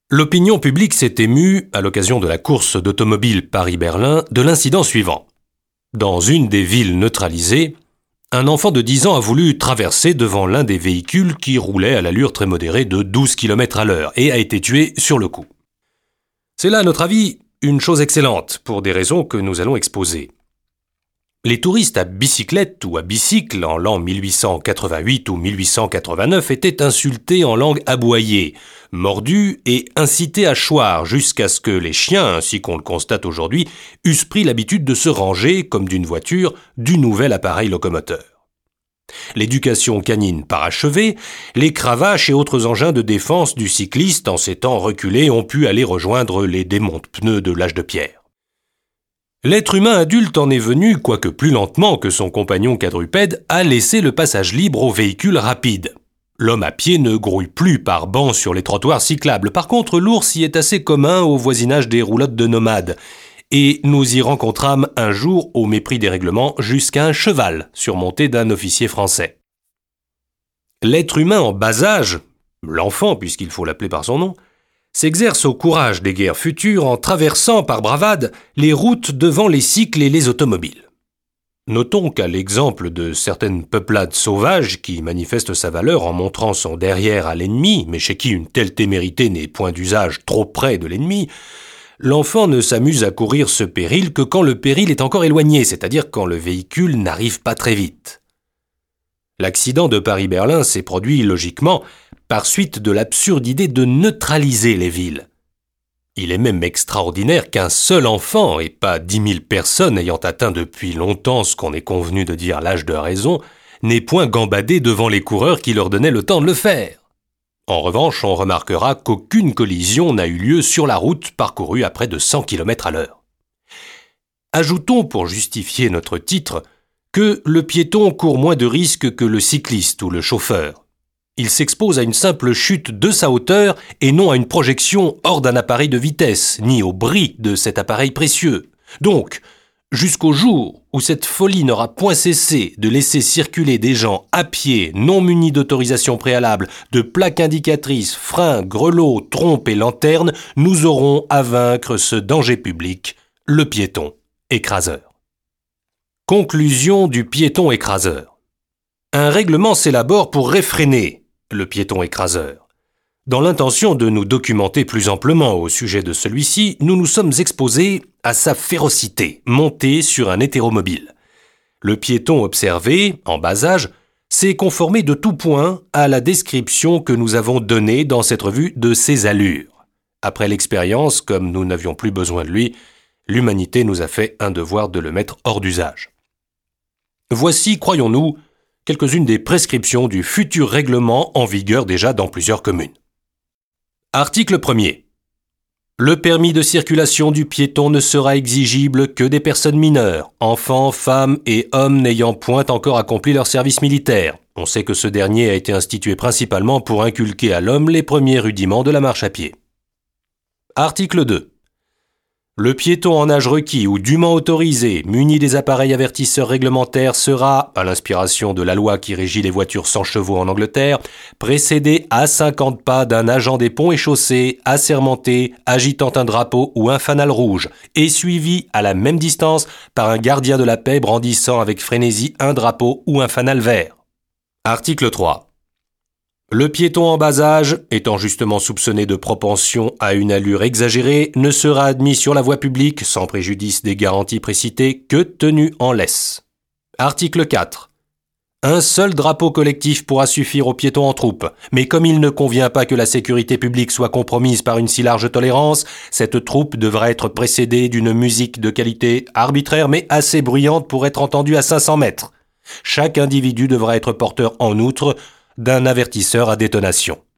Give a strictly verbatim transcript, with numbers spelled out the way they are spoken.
L'opinion publique s'est émue, à l'occasion de la course d'automobile Paris-Berlin, de l'incident suivant. Dans une des villes neutralisées, un enfant de dix ans a voulu traverser devant l'un des véhicules qui roulait à l'allure très modérée de douze kilomètres à l'heure et a été tué sur le coup. C'est là, à notre avis, une chose excellente, pour des raisons que nous allons exposer. Les touristes à bicyclette ou à bicycle en l'an mille huit cent quatre-vingt-huit ou mille huit cent quatre-vingt-neuf étaient insultés en langue aboyée, mordus et incités à choir jusqu'à ce que les chiens, ainsi qu'on le constate aujourd'hui, eussent pris l'habitude de se ranger, comme d'une voiture, du nouvel appareil locomoteur. L'éducation canine parachevée, les cravaches et autres engins de défense du cycliste en ces temps reculés ont pu aller rejoindre les démonte-pneus de l'âge de pierre. L'être humain adulte en est venu, quoique plus lentement que son compagnon quadrupède, à laisser le passage libre aux véhicules rapides. L'homme à pied ne grouille plus par bancs sur les trottoirs cyclables. Par contre, l'ours y est assez commun au voisinage des roulottes de nomades. Et nous y rencontrâmes un jour, au mépris des règlements, jusqu'à un cheval surmonté d'un officier français. L'être humain en bas âge, l'enfant puisqu'il faut l'appeler par son nom, s'exerce au courage des guerres futures en traversant par bravade les routes devant les cycles et les automobiles. Notons qu'à l'exemple de certaines peuplades sauvages qui manifestent sa valeur en montrant son derrière à l'ennemi, mais chez qui une telle témérité n'est point d'usage trop près de l'ennemi, l'enfant ne s'amuse à courir ce péril que quand le péril est encore éloigné, c'est-à-dire quand le véhicule n'arrive pas très vite. L'accident de Paris-Berlin s'est produit logiquement par suite de l'absurde idée de neutraliser les villes. Il est même extraordinaire qu'un seul enfant, et pas dix mille personnes ayant atteint depuis longtemps ce qu'on est convenu de dire l'âge de raison, n'ait point gambadé devant les coureurs qui leur donnaient le temps de le faire. En revanche, on remarquera qu'aucune collision n'a eu lieu sur la route parcourue à près de cent kilomètres à l'heure. Ajoutons, pour justifier notre titre, que le piéton court moins de risques que le cycliste ou le chauffeur. Il s'expose à une simple chute de sa hauteur et non à une projection hors d'un appareil de vitesse, ni au bris de cet appareil précieux. Donc, jusqu'au jour où cette folie n'aura point cessé de laisser circuler des gens à pied, non munis d'autorisation préalable, de plaques indicatrices, freins, grelots, trompes et lanternes, nous aurons à vaincre ce danger public, le piéton écraseur. Conclusion du piéton écraseur. Un règlement s'élabore pour réfréner le piéton écraseur. Dans l'intention de nous documenter plus amplement au sujet de celui-ci, nous nous sommes exposés à sa férocité, montée sur un hétéromobile. Le piéton observé, en bas âge, s'est conformé de tout point à la description que nous avons donnée dans cette revue de ses allures. Après l'expérience, comme nous n'avions plus besoin de lui, l'humanité nous a fait un devoir de le mettre hors d'usage. Voici, croyons-nous, quelques-unes des prescriptions du futur règlement en vigueur déjà dans plusieurs communes. Article premier. Le permis de circulation du piéton ne sera exigible que des personnes mineures, enfants, femmes et hommes n'ayant point encore accompli leur service militaire. On sait que ce dernier a été institué principalement pour inculquer à l'homme les premiers rudiments de la marche à pied. Article deux. Le piéton en âge requis ou dûment autorisé, muni des appareils avertisseurs réglementaires, sera, à l'inspiration de la loi qui régit les voitures sans chevaux en Angleterre, précédé à cinquante pas d'un agent des ponts et chaussées, assermenté, agitant un drapeau ou un fanal rouge, et suivi à la même distance par un gardien de la paix brandissant avec frénésie un drapeau ou un fanal vert. Article trois. Le piéton en bas âge, étant justement soupçonné de propension à une allure exagérée, ne sera admis sur la voie publique, sans préjudice des garanties précitées, que tenu en laisse. Article quatre. Un seul drapeau collectif pourra suffire aux piétons en troupe, mais comme il ne convient pas que la sécurité publique soit compromise par une si large tolérance, cette troupe devra être précédée d'une musique de qualité arbitraire mais assez bruyante pour être entendue à cinq cents mètres. Chaque individu devra être porteur en outre d'un avertisseur à détonation.